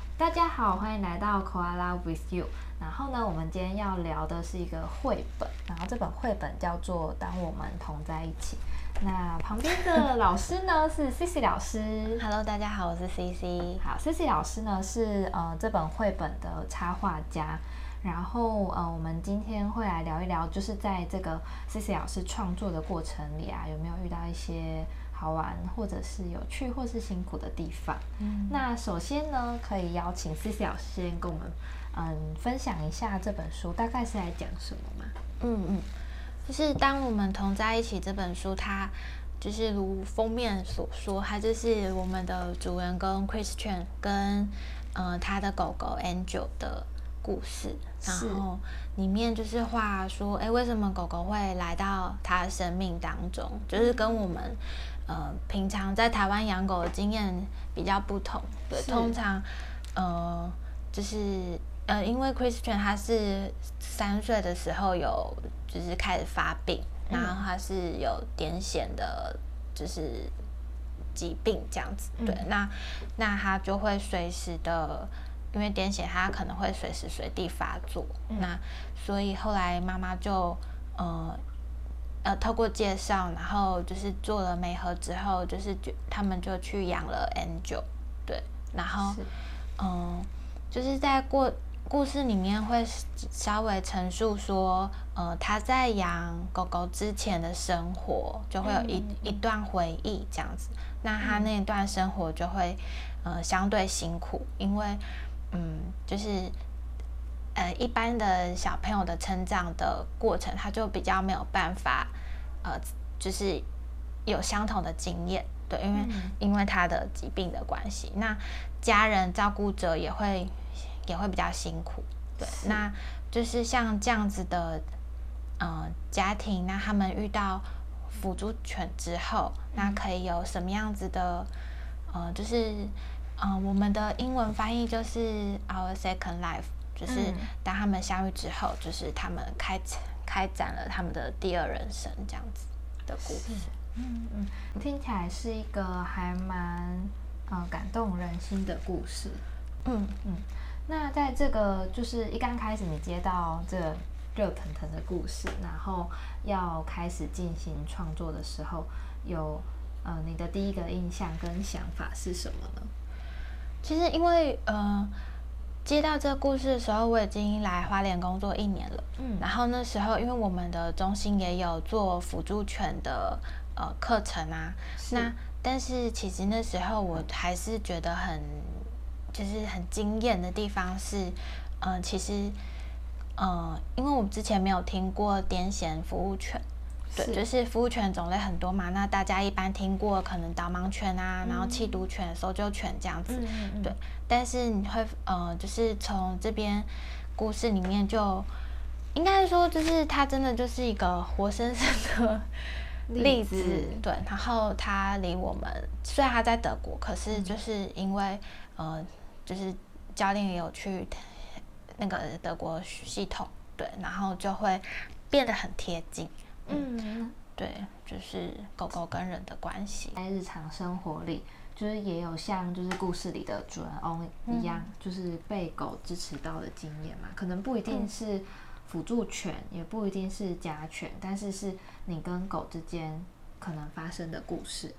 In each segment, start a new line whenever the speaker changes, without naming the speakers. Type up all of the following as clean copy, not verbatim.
大家好，欢迎来到 Koala with You。然后呢，我们今天要聊的是一个绘本，然后这本绘本叫做《当我们同在一起》。那旁边的老师呢是 Cici 老师。
Hello， 大家好，我是 Cici。
好，Cici 老师呢是这本绘本的插画家。然后我们今天会来聊一聊，就是在这个 Cici 老师创作的过程里啊，有没有遇到一些好玩或者是有趣或是辛苦的地方？那首先呢，可以邀请 Cici 老师先跟我们分享一下这本书大概是在讲什么吗？
就是当我们同在一起这本书，它就是如封面所说，它就是我们的主人公 Christian 跟他的狗狗 Angel 的故事。然后里面就是画说，为什么狗狗会来到他的生命当中，就是跟我们平常在台湾养狗的经验比较不同。对，通常就是因为 Christian 他是3岁的时候有就是开始发病，然后他是有癫痫的，就是疾病这样子。对，那他就会随时的。因为癫痫，他可能会随时随地发作，那所以后来妈妈就透过介绍，然后就是做了媒合之后，就是他们就去养了 Angel， 对，然后就是在故事里面会稍微陈述说，他在养狗狗之前的生活就会有一段回忆这样子，那他那一段生活就会相对辛苦，因为就是一般的小朋友的成长的过程，他就比较没有办法就是有相同的经验，对，因为他的疾病的关系，那家人照顾者也会比较辛苦，对，那就是像这样子的家庭，那他们遇到辅助犬之后，那可以有什么样子的就是我们的英文翻译就是 Our Second Life， 就是当他们相遇之后，就是他们开展了他们的第二人生这样子的故事。
听起来是一个还蛮感动人心的故事。那在这个就是一刚开始你接到这个热腾腾的故事，然后要开始进行创作的时候，有你的第一个印象跟想法是什么呢？
其实因为接到这个故事的时候，我已经来花莲工作1年了。然后那时候因为我们的中心也有做辅助犬的课程啊，但是其实那时候我还是觉得就是很惊艳的地方是，其实因为我们之前没有听过癫痫服务犬。对，就是服务犬种类很多嘛，那大家一般听过可能导盲犬啊，然后缉毒犬、搜救犬这样子，对。但是你会就是从这边故事里面就应该说，就是它真的就是一个活生生的例子，对。然后它离我们虽然它在德国，可是就是因为就是教练也有去那个德国系统，对，然后就会变得很贴近。对，就是狗狗跟人的关系，
在日常生活里，就是也有像就是故事里的主人翁一样，就是被狗支持到的经验嘛。可能不一定是辅助犬，也不一定是家犬，但是是你跟狗之间可能发生的故事。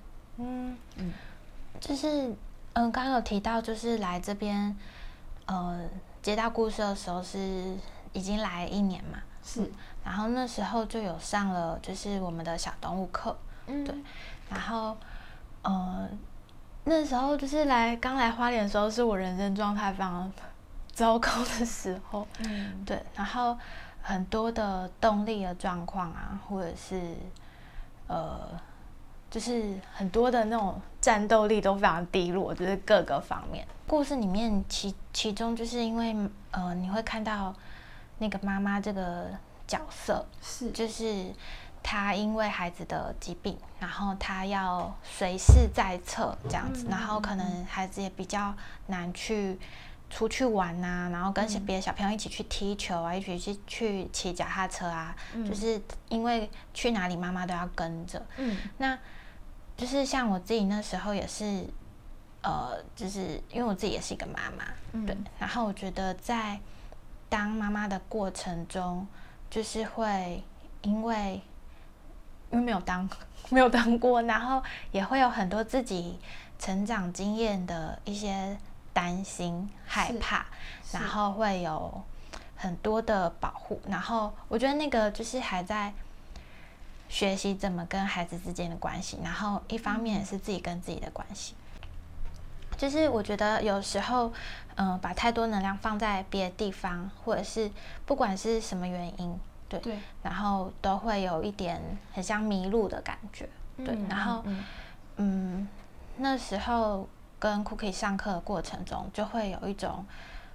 就是刚刚有提到，就是来这边接到故事的时候是已经来1年嘛。然后那时候就有上了就是我们的小动物课，对，然后那时候就是刚来花莲的时候，是我人生状态非常糟糕的时候，对，然后很多的动力的状况啊，或者是就是很多的那种战斗力都非常低落，就是各个方面。故事里面其中就是因为你会看到那个妈妈这个角色，就是她因为孩子的疾病，然后她要随侍在侧这样子，然后可能孩子也比较难出去玩啊，然后跟别的小朋友一起去踢球啊，一起去骑脚踏车啊，就是因为去哪里妈妈都要跟着。那就是像我自己那时候也是就是因为我自己也是一个妈妈，对，然后我觉得在当妈妈的过程中，就是会因为没有当过，然后也会有很多自己成长经验的一些担心、害怕，然后会有很多的保护，然后我觉得那个就是还在学习怎么跟孩子之间的关系，然后一方面也是自己跟自己的关系。就是我觉得有时候，把太多能量放在别的地方，或者是不管是什么原因，对，然后都会有一点很像迷路的感觉，对。然后，那时候跟 Cookie 上课的过程中，就会有一种，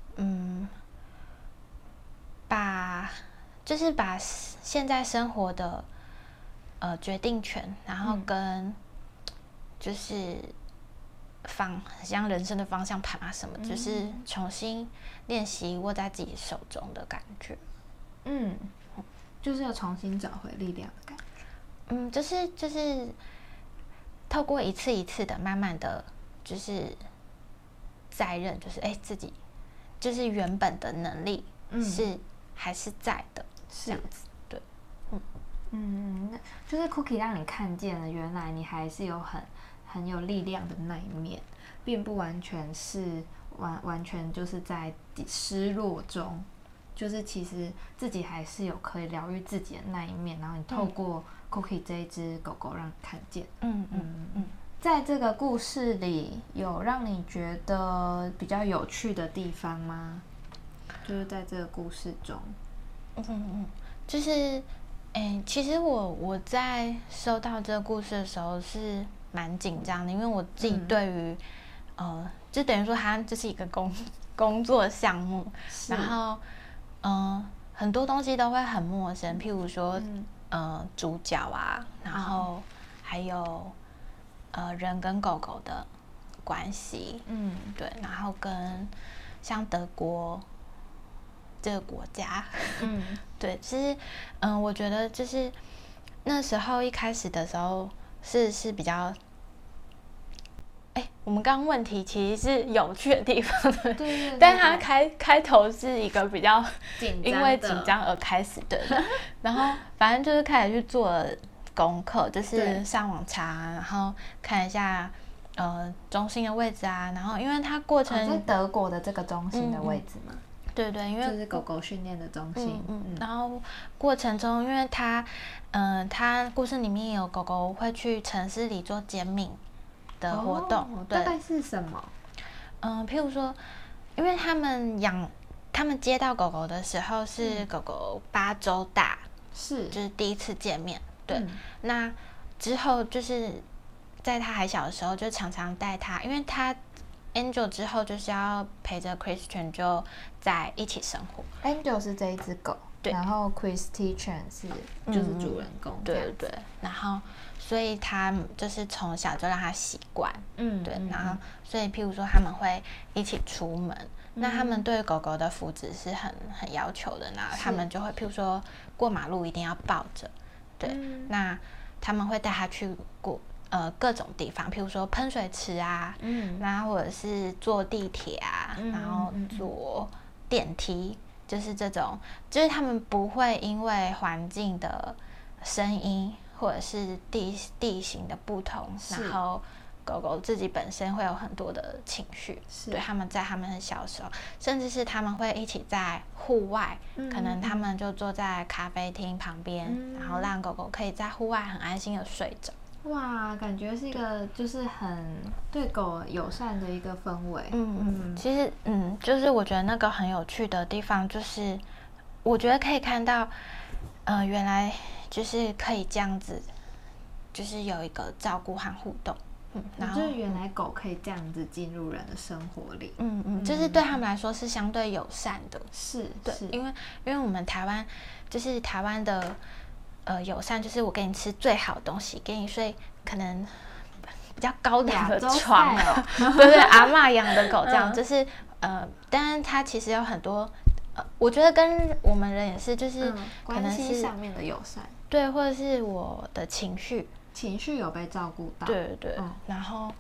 把现在生活的决定权，然后跟就是很像人生的方向盘啊什么，就是重新练习握在自己手中的感觉。
就是要重新找回力量的感
觉。就是透过一次一次的，慢慢的就是再认，就是自己就是原本的能力是还是在的，这样子。对，
就是 Cookie 让你看见了，原来你还是有很有力量的那一面，并不完全是完全就是在失落中，就是其实自己还是有可以疗愈自己的那一面，然后你透过 Cookie 这一只狗狗让你看见。在这个故事里，有让你觉得比较有趣的地方吗？就是在这个故事中，
就是其实我在收到这个故事的时候是蛮紧张的，因为我自己对于就等于说它就是一个工作项目，然后很多东西都会很陌生，譬如说主角啊，然后还有人跟狗狗的关系，对，然后跟像德国这个国家，对，其实我觉得就是那时候一开始的时候是比较，我们刚刚问题其实是有趣的地方的，对，但它开头是一个比较因为紧张而开始的，然后反正就是开始去做功课，就是上网查，然后看一下中心的位置啊，然后因为它过程
在德国的这个中心的位置嘛。
对，因为
就是狗狗训练的中心。
然后过程中，因为它故事里面有狗狗会去城市里做减敏的活动，
大概是什么？
譬如说，因为他们接到狗狗的时候是狗狗8周大，就是第一次见面，对。那之后就是在它还小的时候，就常常带它，因为它Angel 之后就是要陪着 Christian 就在一起生活。
Angel 是这一只狗，对，然后 Christian 就是主人公，
对，然后所以他就是从小就让他习惯，对，然后所以譬如说他们会一起出门，那他们对狗狗的福祉是很要求的，然后他们就会譬如说过马路一定要抱着，对，那他们会带他去各种地方，譬如说喷水池啊，然后或者是坐地铁啊，然后坐电梯，就是这种，就是他们不会因为环境的声音或者是地形的不同，然后狗狗自己本身会有很多的情绪，对，他们在他们很小的时候，甚至是他们会一起在户外，可能他们就坐在咖啡厅旁边，然后让狗狗可以在户外很安心的睡着。
哇，感觉是一个就是很对狗友善的一个氛围。
其实就是我觉得那个很有趣的地方，就是我觉得可以看到，原来就是可以这样子，就是有一个照顾和互动。
然后就是原来狗可以这样子进入人的生活里。
就是对他们来说是相对友善的。对，因为我们台湾就是台湾的。友善就是我给你吃最好的东西，给你睡可能比较高档的床，对，阿嬷养的狗这样，就是当然它其实有很多我觉得跟我们人也是，就是可能是
关系上面的友善，
对，或者是我的情绪
有被照顾到，
对，然后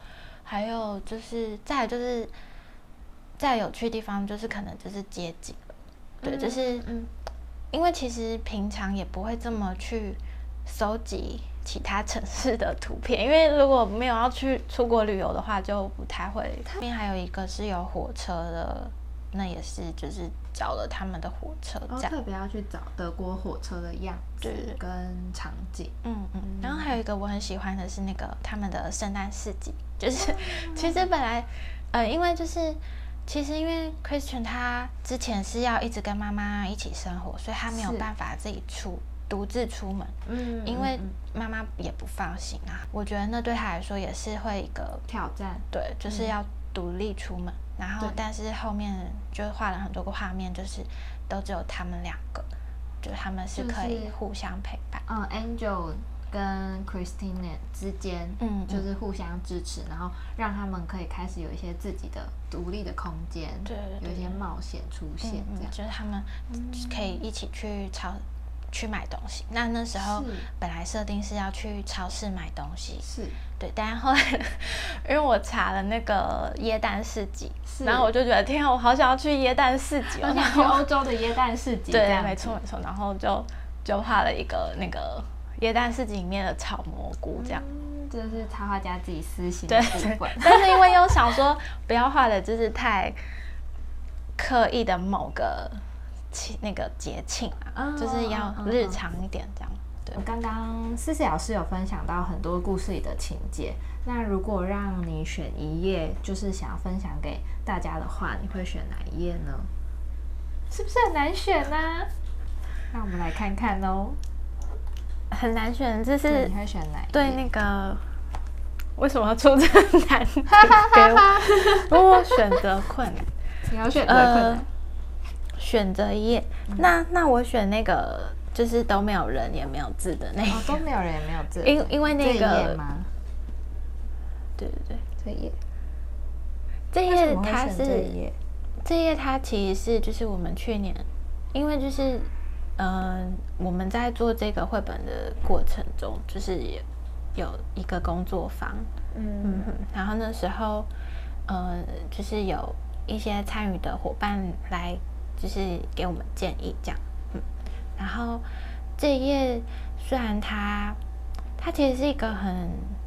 还有就是再来就是再有趣的地方就是可能就是街景了，对，就是因为其实平常也不会这么去搜集其他城市的图片，因为如果没有要去出国旅游的话，就不太会。这边还有一个是有火车的，那也是就是找了他们的火车站，
特别要去找德国火车的样子跟场景。
然后还有一个我很喜欢的是那个他们的圣诞市集，就是其实本来因为就是其实因为 Christian 他之前是要一直跟妈妈一起生活，所以他没有办法自己独自出门，因为妈妈也不放心啊。我觉得那对他来说也是会一个
挑战，
对，就是要独立出门。然后，但是后面就画了很多个画面，就是都只有他们两个，就他们是可以互相陪伴。
Angel 跟 Christine 之间，就是互相支持，然后让他们可以开始有一些自己的独立的空间，
对，
有一些冒险出现，这样
就是他们可以一起去买东西。那时候本来设定是要去超市买东西，
是
对，但是后来因为我查了那个耶诞市集，然后我就觉得天啊，我好想要去耶诞市集，
我想去欧洲的耶诞市集，
对，没错，然后就画了一个那个耶诞市集里面的炒蘑菇，这样。
这是插画家自己私心的部分，
但是因为又想说不要画的就是太刻意的某个那个节庆啊，就是要日常一点这样。对，
刚刚Cici老师有分享到很多故事里的情节，那如果让你选一页，就是想要分享给大家的话，你会选哪一页呢？是不是很难选呢？那我们来看看哦。
很难选，就是
你会选哪一页？
对，那个为什么要出这个难题给我？我选择困难。
你要选择困难。
选择一页，那我选那个就是都没有人也没有字的那个，
都没有人也没有字，
因为那个
这一页吗？
对，
这一页，
这页它是这页它其实是就是我们去年，因为就是我们在做这个绘本的过程中，就是有一个工作坊，然后那时候就是有一些参与的伙伴来。就是给我们建议这样，然后这一页虽然它其实是一个很，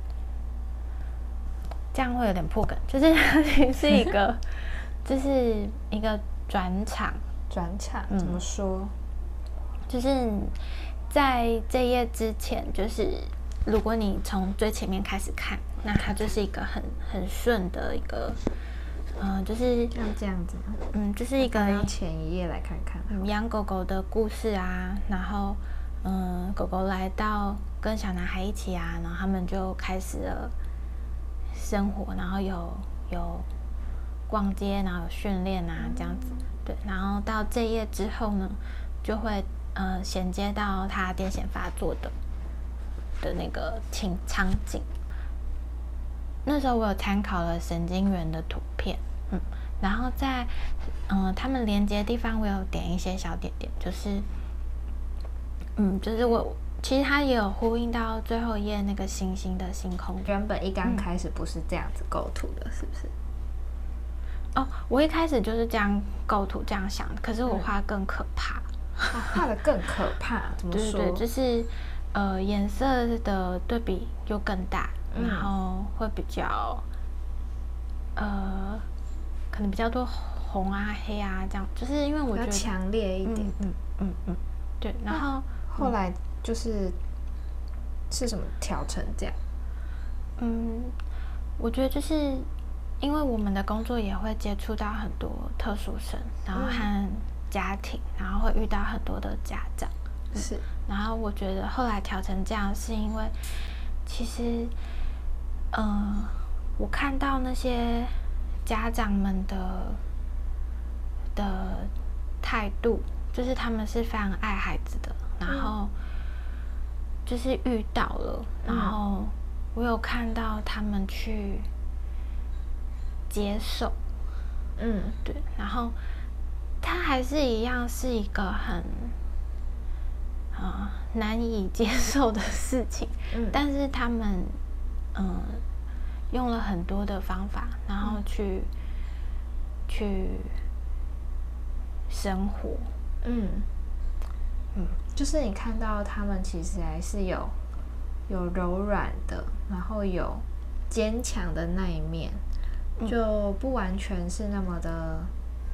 这样会有点破梗，就是它其实是一个，就是一个转场，
怎么说？
就是在这一页之前，就是如果你从最前面开始看，那它就是一个很顺的一个。就是
像这样子吗？
就是一个
前一页来看看，
养狗狗的故事啊，然后狗狗来到跟小男孩一起啊，然后他们就开始了生活，然后有逛街，然后有训练啊这样子，对，然后到这页之后呢，就会衔接到他癫痫发作的那个场景。那时候我有参考了神经元的图片，然后在他们连接的地方，我有点一些小点点，就是就是我其实它也有呼应到最后一页那个星星的星空。
原本一刚开始不是这样子构图的，是不是？
我一开始就是这样构图这样想的，可是我画更可怕，
画的更可怕，怎么说？
对，就是颜色的对比又更大。然后会比较，可能比较多红啊、黑啊这样，就是因为我觉得
强烈一点。
对。然后
后来是什么调成这样？
我觉得就是因为我们的工作也会接触到很多特殊生，然后和家庭，然后会遇到很多的家长。
是。
然后我觉得后来调成这样，是因为其实。我看到那些家长们的态度，就是他们是非常爱孩子的，然后就是遇到了，然后我有看到他们去接受，对，然后他还是一样是一个很难以接受的事情，但是他们用了很多的方法，然后去生活。
就是你看到他们其实还是有柔软的，然后有坚强的那一面，就不完全是那么的，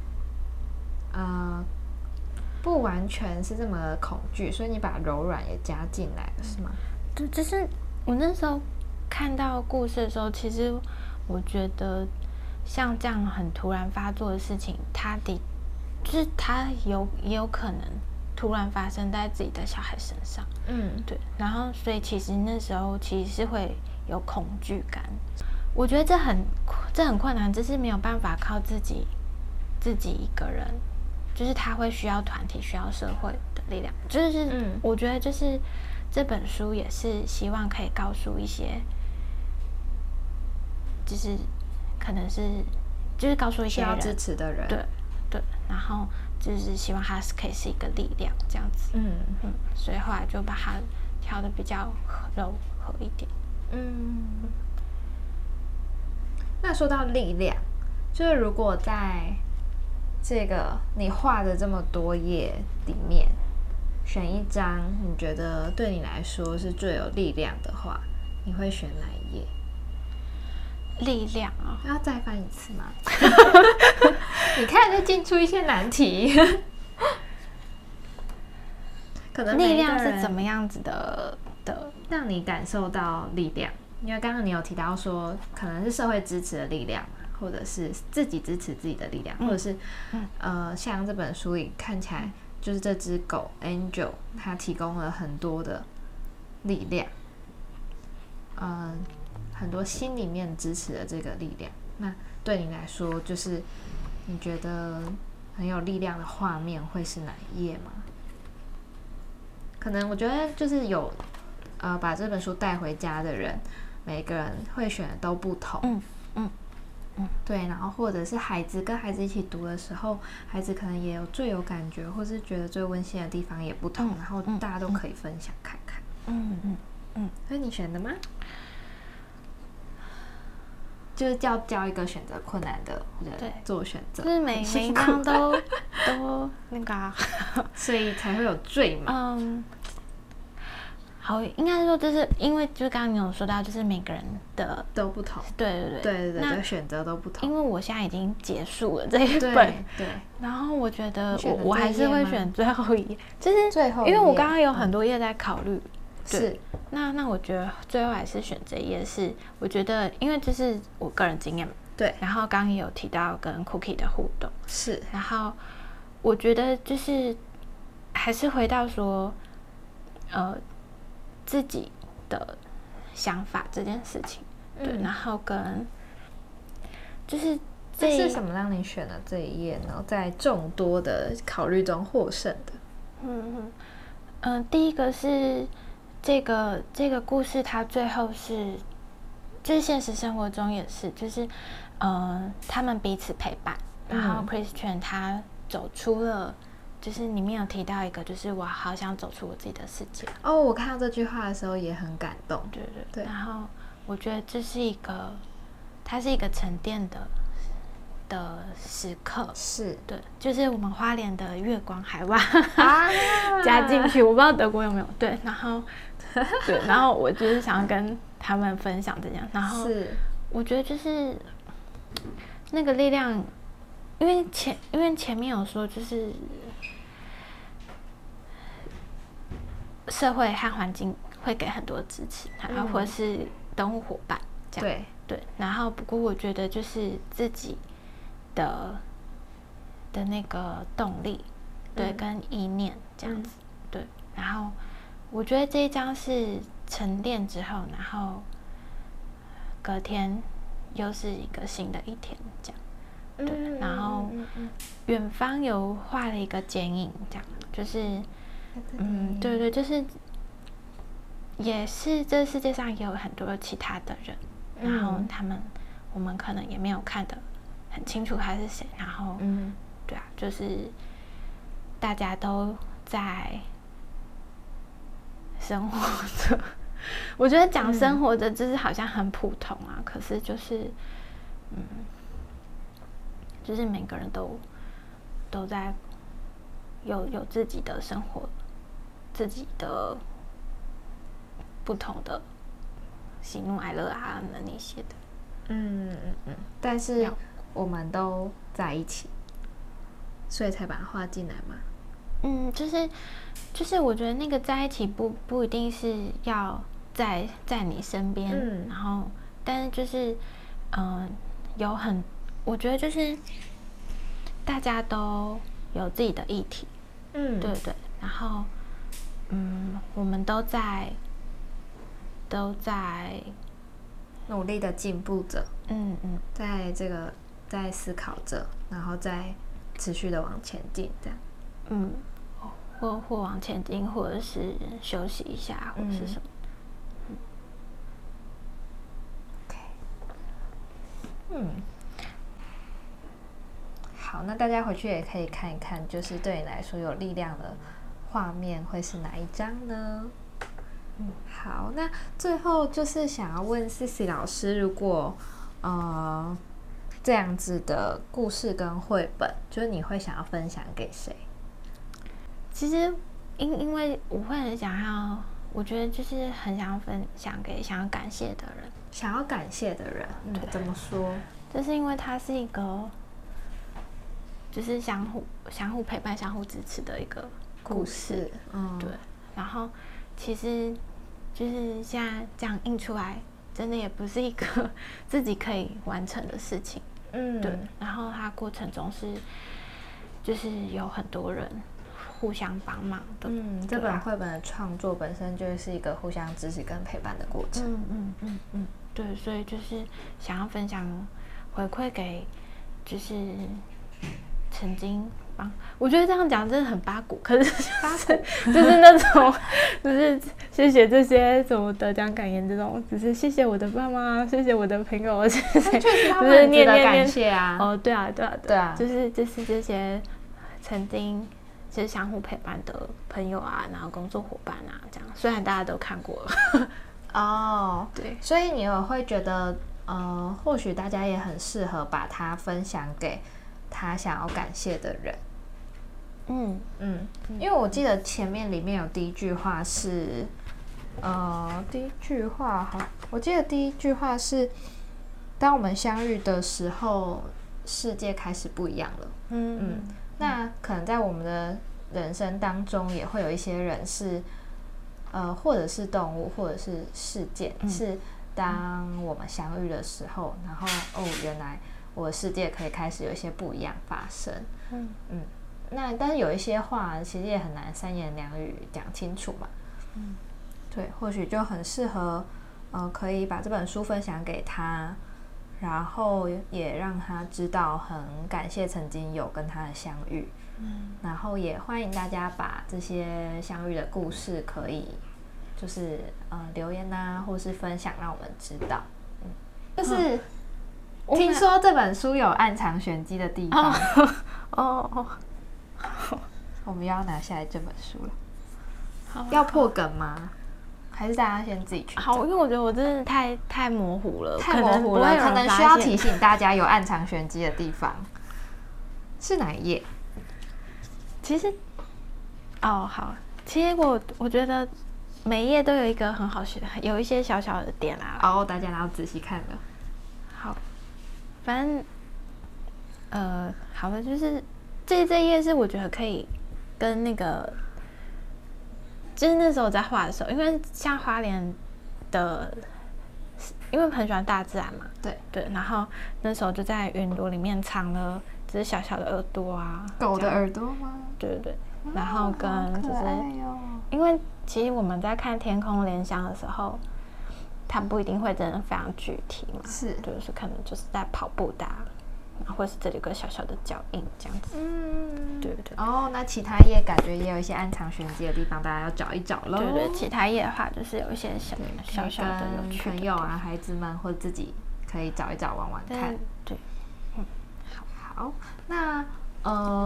不完全是这么的恐惧，所以你把柔软也加进来了，是吗？
对，就是我那时候看到故事的时候，其实我觉得像这样很突然发作的事情，就是它也有可能突然发生在自己的小孩身上。对。然后，所以其实那时候其实是会有恐惧感。我觉得这很困难，这是没有办法靠自己一个人，就是他会需要团体，需要社会的力量。就是我觉得就是这本书也是希望可以告诉一些，就是可能是就是告诉一些人
需要支持的人，
对，然后就是希望它可以是一个力量这样子。所以后来就把它调的比较柔和一点。
那说到力量，就是如果在这个你画的这么多页里面，选一张你觉得对你来说是最有力量的话，你会选哪一页？
力量啊！
要再翻一次吗？你看，就进出一些难题。可能
力量是怎么样子的
让你感受到力量？因为刚刚你有提到说，可能是社会支持的力量，或者是自己支持自己的力量，或者是像这本书里看起来，就是这只狗 Angel 它提供了很多的力量，很多心里面支持的这个力量。那对你来说，就是你觉得很有力量的画面会是哪一页吗？可能我觉得就是有把这本书带回家的人，每个人会选的都不同。对，然后或者是跟孩子一起读的时候，孩子可能也有最有感觉，或是觉得最温馨的地方也不同，然后大家都可以分享看看。所以你选的吗？就是教一个选择困难的人做选择，
就是每一张都那个
所以才会有罪嘛。
好，应该说就是因为就是刚刚你有说到，就是每个人的
都不同，
对，
那选择都不同。
因为我现在已经结束了这一本，
对，
然后我觉得我还是会选最后一页，就是
最后一页，
因为我刚刚有很多页在考虑。
是，
那我觉得最后还是选这一页，是我觉得因为这是我个人经验嘛，
对，
然后刚刚也有提到跟 Cookie 的互动，
是，
然后我觉得就是还是回到说自己的想法这件事情，对，然后跟就是
这是什么让你选了这一页呢？在众多的考虑中获胜的？
第一个是这个故事，它最后是就是现实生活中也是，就是他们彼此陪伴，然后 Christian 他走出了。就是里面有提到一个，就是我好想走出我自己的世界。
我看到这句话的时候也很感动。
对。然后我觉得这是它是一个沉淀的时刻。
是。
对，就是我们花莲的月光海湾加进去，我不知道德国有没有。对，然后对，然后我就是想要跟他们分享这样。然后我觉得就是那个力量，因为前面有说就是。社会和环境会给很多支持，然后或是动物伙伴这样。对。然后不过我觉得就是自己的那个动力，对，跟意念这样子。对。然后我觉得这一章是沉淀之后，然后隔天又是一个新的一天这样。对。然后远方有画了一个剪影，这样就是。对，就是也是这世界上也有很多其他的人，然后我们可能也没有看得很清楚他是谁，然后对啊，就是大家都在生活着， 我觉得讲生活的就是好像很普通啊，可是就是就是每个人都在有自己的生活，自己的不同的喜怒哀乐啊那些的。
但是我们都在一起，所以才把它画进来嘛。
就是我觉得那个在一起不一定是要在你身边，然后但是就是我觉得就是大家都有自己的议题，对对，然后我们都在
努力的进步着，在这个在思考着，然后再持续的往前进，这样，
或往前进，或者是休息一下，或者是什么。
好，那大家回去也可以看一看，就是对你来说有力量的画面会是哪一张呢？好，那最后就是想要问 Cici 老师，如果这样子的故事跟绘本，就是你会想要分享给谁？
其实因为我会很想要，我觉得就是很想要分享给想要感谢的人。
想要感谢的人，怎么说？
就是因为它是一个，就是相互陪伴、相互支持的一个故事。对。然后其实就是现在这样印出来，真的也不是一个自己可以完成的事情。对。然后它过程中就是有很多人互相帮忙的。
这本绘本的创作本身就是一个互相支持跟陪伴的过程。
对，所以就是想要分享回馈给就是曾经我觉得这样讲真的很八股，可是就是那种就是谢谢这些什么得奖感言这种，只是谢谢我的爸妈，谢谢我的朋友，谢谢，
确实他们很值得感谢啊。
对啊，就是这些曾经就是相互陪伴的朋友啊，然后工作伙伴啊，这样虽然大家都看过了。对，
所以你有会觉得或许大家也很适合把它分享给他想要感谢的人。因为我记得前面里面有第一句话是我记得第一句话是当我们相遇的时候，世界开始不一样了。那可能在我们的人生当中也会有一些人是或者是动物或者是事件，是当我们相遇的时候，然后原来我的世界可以开始有一些不一样发生。那但是有一些话其实也很难三言两语讲清楚嘛。对，或许就很适合可以把这本书分享给他，然后也让他知道很感谢曾经有跟他的相遇。然后也欢迎大家把这些相遇的故事可以就是留言啊，或是分享让我们知道。就是听说这本书有暗藏玄机的地方。我们要拿下来这本书了。要破梗吗？还是大家先自己去找？
因为我觉得我真的太模糊了，
可能需要提醒大家有暗藏玄机的地方。是哪一页？
其实好，其实我觉得每一页都有一个很好学，有一些小小的点啦。
大家要仔细看的。
好，反正好的，就是这一页是我觉得可以跟那个，就是那时候我在画的时候，因为像花莲的，因为很喜欢大自然嘛，对，然后那时候就在云朵里面藏了只是小小的耳朵啊，
狗的耳朵吗？
对，然后跟就是因为其实我们在看天空联想的时候，它不一定会真的非常具体嘛，就是可能就是在跑步的，或是这里有个小小的脚印这样子。对。
那其他页感觉也有一些暗藏玄机的地方，大家要找一找咯。
对，其他页的话就是有一些小的有趣的
朋友啊、孩子们或自己可以找一找、玩玩看。
对，
好，那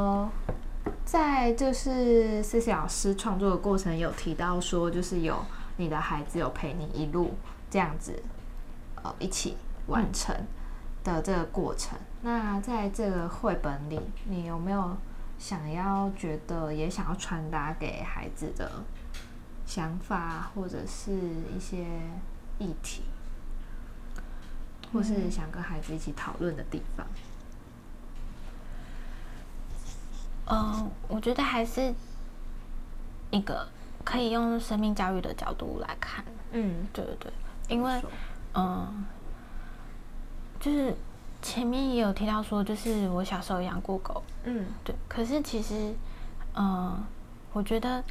在就是Cici老师创作的过程有提到说，就是有你的孩子有陪你一路这样子一起完成的这个过程。那在这个绘本里，你有没有觉得也想要传达给孩子的想法，或者是一些议题，或是想跟孩子一起讨论的地方？
我觉得还是一个可以用生命教育的角度来看。对，因为就是前面也有提到说，就是我小时候养过狗。对。可是其实，我觉得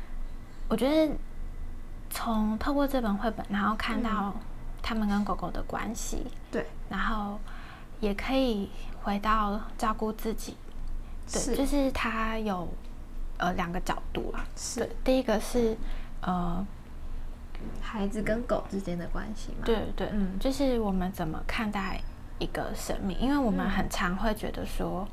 透过这本绘本，然后看到他们跟狗狗的关系，
对，
然后也可以回到照顾自己。对，就是它有2个角度啦。对，第一个是
孩子跟狗之间的关系嘛。
对，就是我们怎么看待一个生命，因为我们很常会觉得说，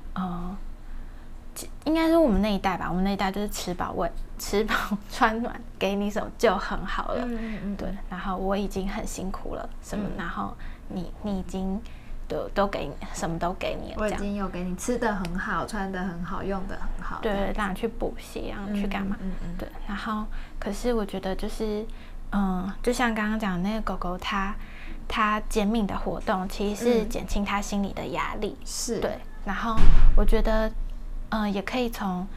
应该是我们那一代吧，我们那一代就是吃饱穿暖，给你什么就很好了。对，然后我已经很辛苦了，什么，然后你已经都给你，什么都给你了，
我已经有给你吃的很好，穿的很好，用的很好，
对，让你去补习，让你去干嘛？对。然后，可是我觉得就是，就像刚刚讲的那个狗狗，它减敏的活动其实是减轻它心理的压力，
是
对。然后我觉得，也可以从，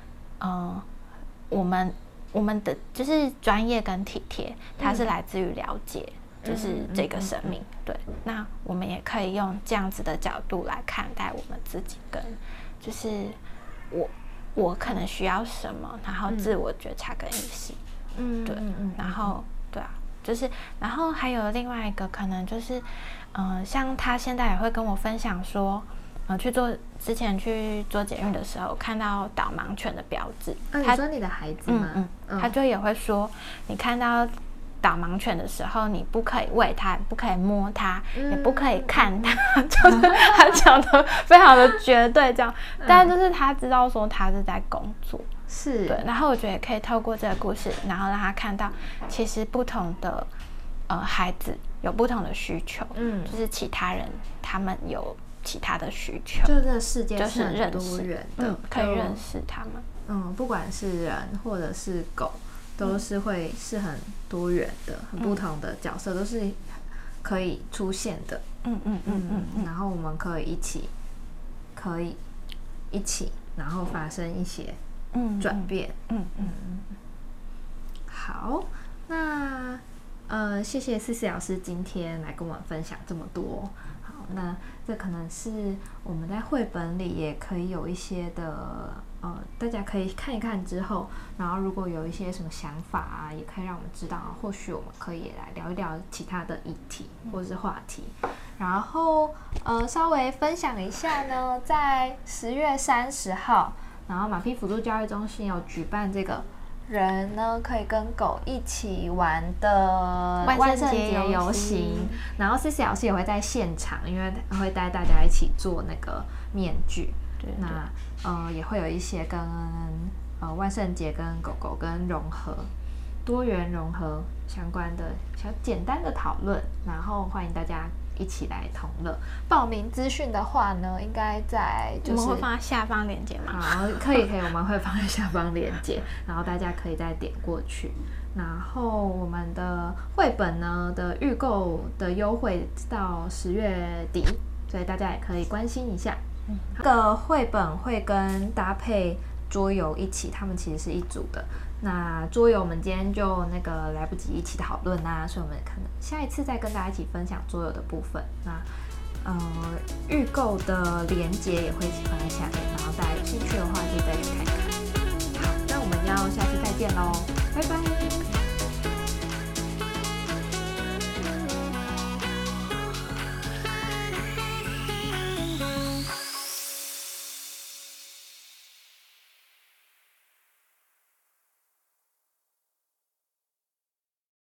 我们的就是专业跟体贴，它是来自于了解。就是这个生命。对，那我们也可以用这样子的角度来看待我们自己，跟就是我可能需要什么，然后自我觉察跟意识。对，然后对啊，就是然后还有另外一个可能就是，像他现在也会跟我分享说，之前去做捷运的时候看到导盲犬的标志。
你说你的孩子吗？
他就也会说，你看到导盲犬的时候，你不可以喂它，不可以摸它，也不可以看它，就是他讲的非常的绝对这样。但就是他知道说他是在工作，
是
对。然后我觉得也可以透过这个故事，然后让他看到，其实不同的孩子有不同的需求，就是其他人他们有其他的需求，
就这个世界
是
很多元的，
可以认识他们。
不管是人或者是狗。都是是很多元的，很不同的角色都是可以出现的。然后我们可以一起，然后发生一些转变。好，那谢谢CC老师今天来跟我们分享这么多。好，那这可能是我们在绘本里也可以有一些的。大家可以看一看之后，然后如果有一些什么想法啊，也可以让我们知道，或许我们可以来聊一聊其他的议题或是话题。然后稍微分享一下呢，在10月30号，然后马匹辅助教育中心有举办这个人呢可以跟狗一起玩的万圣节游行，然后 CC 老师也会在现场，因为会带大家一起做那个面具。那也会有一些跟万圣节跟狗狗跟多元融合相关的小简单的讨论，然后欢迎大家一起来同乐。报名资讯的话呢，应该在
我们会放在下方链接嘛？
好，可以，我们会放在下方链接，然后大家可以再点过去。然后我们的绘本呢的预购的优惠到10月底，所以大家也可以关心一下。这个绘本会跟搭配桌游一起，他们其实是一组的。那桌游我们今天就来不及一起讨论啊，所以我们可能下一次再跟大家一起分享桌游的部分。那预购的连结也会放在下面，然后大家有兴趣的话可以再去看看。好，那我们要下次再见喽，拜拜。